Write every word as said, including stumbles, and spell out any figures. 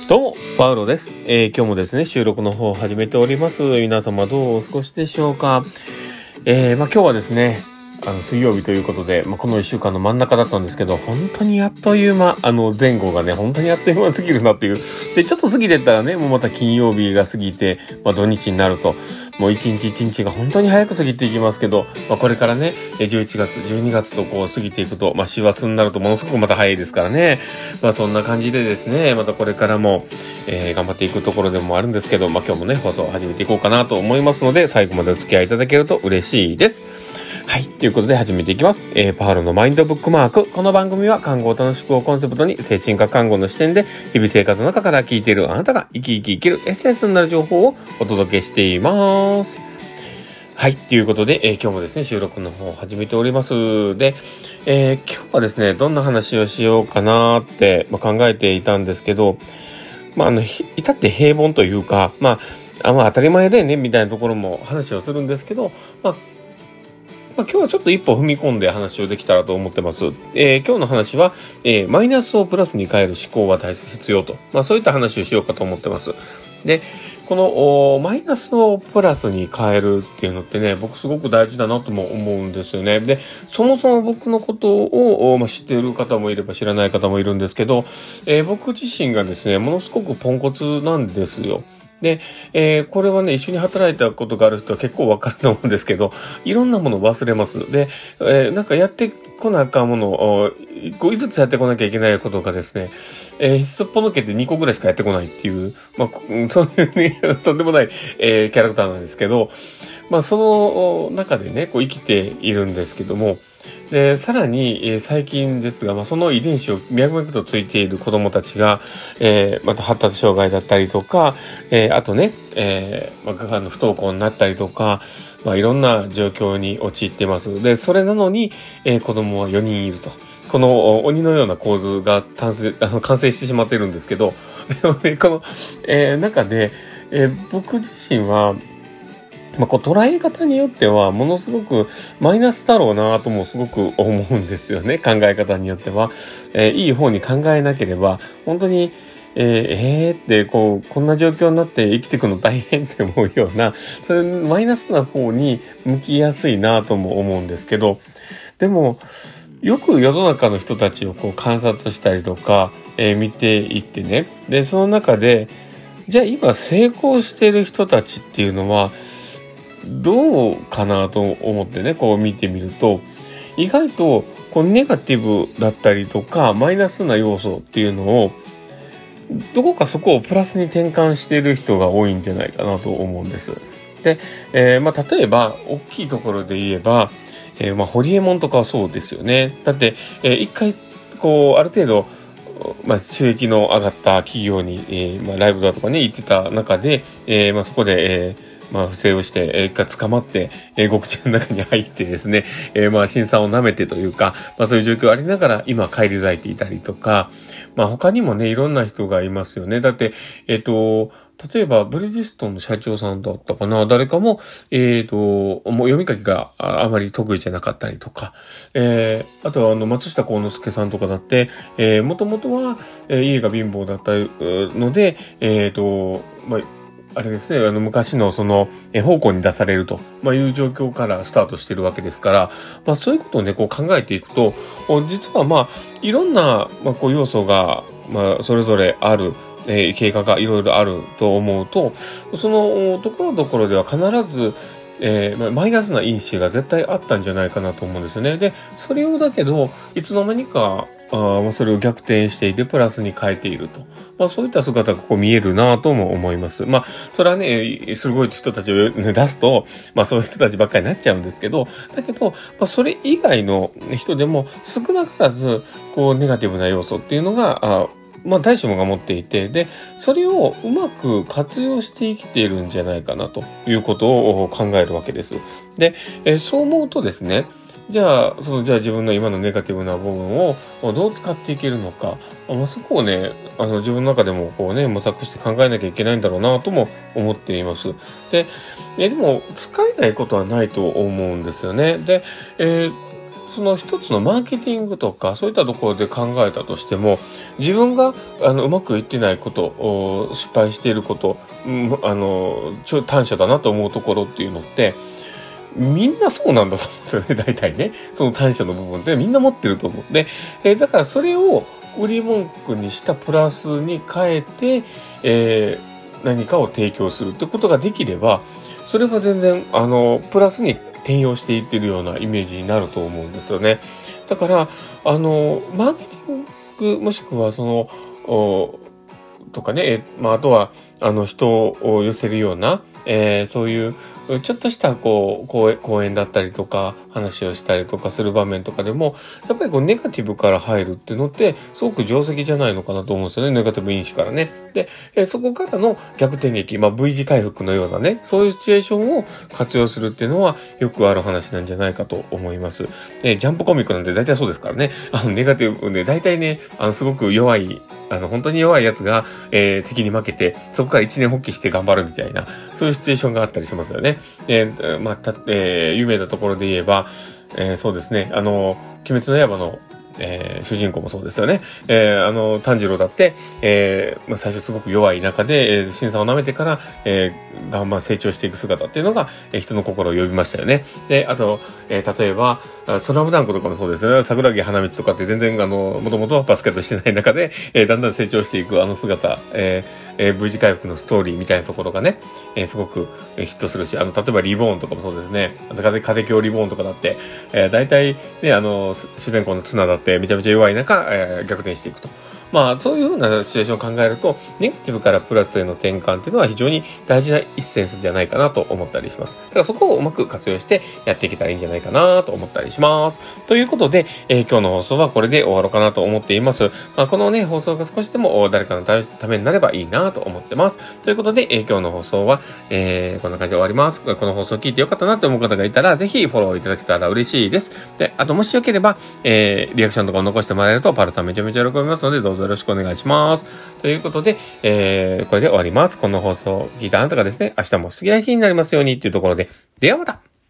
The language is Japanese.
どうも、パウロです。えー、今日もですね、収録の方を始めております。皆様どうお過ごしでしょうか。えー、まあ今日はですね、あの、水曜日ということで、まあこの一週間の真ん中だったんですけど、本当にあっという間、あの、前後がね、本当にあっという間すぎるなっていう。で、ちょっと過ぎてったらね、もうまた金曜日が過ぎて、まあ土日になると、もう一日一日が本当に早く過ぎていきますけど、まあこれからね、じゅういちがつ、じゅうにがつとこう過ぎていくと、まあ師走になるとものすごくまた早いですからね。まあそんな感じでですね、またこれからも、えー、頑張っていくところでもあるんですけど、まあ今日もね、放送を始めていこうかなと思いますので、最後までお付き合いいただけると嬉しいです。はい。ということで始めていきます。えー、パールのマインドブックマーク。この番組は看護を楽しくをコンセプトに精神科看護の視点で日々生活の中から聞いているあなたが生き生き生きるエッセンスになる情報をお届けしています。はい。ということで、えー、今日もですね、収録の方を始めております。で、えー、今日はですね、どんな話をしようかなって、まあ、考えていたんですけど、まあ、あの、至って平凡というか、まあ、あまあ、当たり前だよね、みたいなところも話をするんですけど、まあ、まあ、今日はちょっと一歩踏み込んで話をできたらと思ってます。えー、今日の話は、えー、マイナスをプラスに変える思考は大切必要と。まあそういった話をしようかと思ってます。で、このマイナスをプラスに変えるっていうのってね、僕すごく大事だなとも思うんですよね。で、そもそも僕のことを、まあ、知っている方もいれば知らない方もいるんですけど、えー、僕自身がですね、ものすごくポンコツなんですよ。で、えー、これはね、一緒に働いたことがある人は結構わかると思うんですけど、いろんなものを忘れます。で、えー、なんかやってこなあかんものを、一個ずつやってこなきゃいけないことがですね、えー、すっぽ抜けてにこぐらいしかやってこないっていう、まあ、そういうね、とんでもない、えー、キャラクターなんですけど、まあ、その中でね、こう生きているんですけども、で、さらに、えー、最近ですが、まあ、その遺伝子を脈々とついている子供たちが、えー、また発達障害だったりとか、えー、あとね、えー、まあ、の不登校になったりとか、まあ、いろんな状況に陥っています。で、それなのに、えー、子供はよにんいると。この鬼のような構図が完成、あの、完成してしまっているんですけど、でもね、この、えー、中で、えー、僕自身は、まあ、こう捉え方によってはものすごくマイナスだろうなともすごく思うんですよね。考え方によっては。えー、いい方に考えなければ、本当に、えー、えーってこう、こんな状況になって生きていくの大変って思うような、そういうマイナスな方に向きやすいなとも思うんですけど、でも、よく世の中の人たちをこう観察したりとか、えー、見ていってね。で、その中で、じゃあ今成功している人たちっていうのは、どうかなと思ってね、こう見てみると、意外とこうネガティブだったりとか、マイナスな要素っていうのを、どこかそこをプラスに転換している人が多いんじゃないかなと思うんです。で、えー、まあ例えば、大きいところで言えば、えー、まあホリエモンとかはそうですよね。だって、えー、一回、こう、ある程度、まあ、収益の上がった企業に、えー、まあ、ライブだとかね、行ってた中で、えー、まあ、そこで、えーまあ、不正をして、えー、一回捕まって、えー、獄中の中に入ってですね、えー、まあ、辛酸を舐めてというか、まあ、そういう状況ありながら、今、返り咲いていたりとか、まあ、他にもね、いろんな人がいますよね。だって、えっと、例えば、ブリヂストンの社長さんだったかな、誰かも、えっと、もう読み書きがあまり得意じゃなかったりとか、えー、あとは、あの、松下幸之助さんとかだって、えー、もともとは、えー、家が貧乏だったので、えっと、まあ、あれですね、あの、昔のその、え、奉公に出されると、まあ、いう状況からスタートしてるわけですから、まあ、そういうことをね、こう考えていくと、実はまあ、いろんな、まあ、こう要素が、まあ、それぞれある、えー、経過がいろいろあると思うと、その、ところどころでは必ず、えー、マイナスな因子が絶対あったんじゃないかなと思うんですよね。で、それをだけど、いつの間にか、あまあそれを逆転していてプラスに変えていると。まあそういった姿がここ見えるなとも思います。まあそれはね、すごい人たちを、ね、出すと、まあそういう人たちばっかりになっちゃうんですけど、だけど、まあそれ以外の人でも少なからず、こうネガティブな要素っていうのが、あまあ大志もが持っていて、で、それをうまく活用して生きているんじゃないかなということを考えるわけです。で、えー、そう思うとですね、じゃあ、その、じゃあ自分の今のネガティブな部分をどう使っていけるのか、まあ、そこをね、あの自分の中でもこうね、模索して考えなきゃいけないんだろうなとも思っています。で、えでも、使えないことはないと思うんですよね。で、えーその一つのマーケティングとか、そういったところで考えたとしても、自分が、あの、うまくいってないこと、失敗していること、うん、あの、ちょ、短所だなと思うところっていうのって、みんなそうなんだと思うんですよね、大体ね。その短所の部分ってみんな持ってると思う。で、えー、だからそれを売り文句にしたプラスに変えて、えー、何かを提供するってことができれば、それは全然、あの、プラスに転用していってるようなイメージになると思うんですよね。だから、あの、マーケティング、もしくはその、とかね、まあ、あとは、あの、人を寄せるような、えー、そういう、ちょっとした、こう、講演、講演だったりとか、話をしたりとかする場面とかでも、やっぱりこう、ネガティブから入るっていうのって、すごく定石じゃないのかなと思うんですよね。ネガティブ因子からね。で、えー、そこからの逆転劇、まあ、V 字回復のようなね、そういうシチュエーションを活用するっていうのは、よくある話なんじゃないかと思います。えー、ジャンプコミックなんで大体そうですからね。あの、ネガティブで、大体ね、あの、すごく弱い、あの、本当に弱いやつが、えー、敵に負けて、そこから一年発起して頑張るみたいな、そういうシチュエーションがあったりしますよね。えー、まあ、た、えー、有名なところで言えば、えー、そうですね、あの、鬼滅の刃の、えー、主人公もそうですよね。えー、あの、炭治郎だって、えー、まあ、最初すごく弱い中で、えー、審査を舐めてから、えー、がまあ成長していく姿っていうのが、えー、人の心を呼びましたよね。で、あと、えー、例えば、スラムダンクとかもそうですよね。桜木花道とかって全然、あの、もともとはバスケットしてない中で、えー、だんだん成長していくあの姿、えーえー、V 字回復のストーリーみたいなところがね、えー、すごくヒットするし、あの、例えばリボーンとかもそうですね。あの、風、風強リボーンとかだって、えー、大体ね、あの、主人公の綱だってめちゃめちゃ弱い中、えー、逆転していくと。まあ、そういうふうなシチュエーションを考えると、ネガティブからプラスへの転換っていうのは非常に大事なエッセンスじゃないかなと思ったりします。だからそこをうまく活用してやっていけたらいいんじゃないかなと思ったりします。ということで、えー、今日の放送はこれで終わろうかなと思っています。まあ、このね、放送が少しでも誰かのためになればいいなと思ってます。ということで、えー、今日の放送は、えー、こんな感じで終わります。この放送を聞いてよかったなと思う方がいたら、ぜひフォローいただけたら嬉しいです。で、あともしよければ、えー、リアクションとかを残してもらえると、パルさんめちゃめちゃ喜びますので、どうぞよろしくお願いします。ということで、えー、これで終わります。この放送を聞いたあなたがですね、明日も素敵な日になりますようにというところで、ではまた。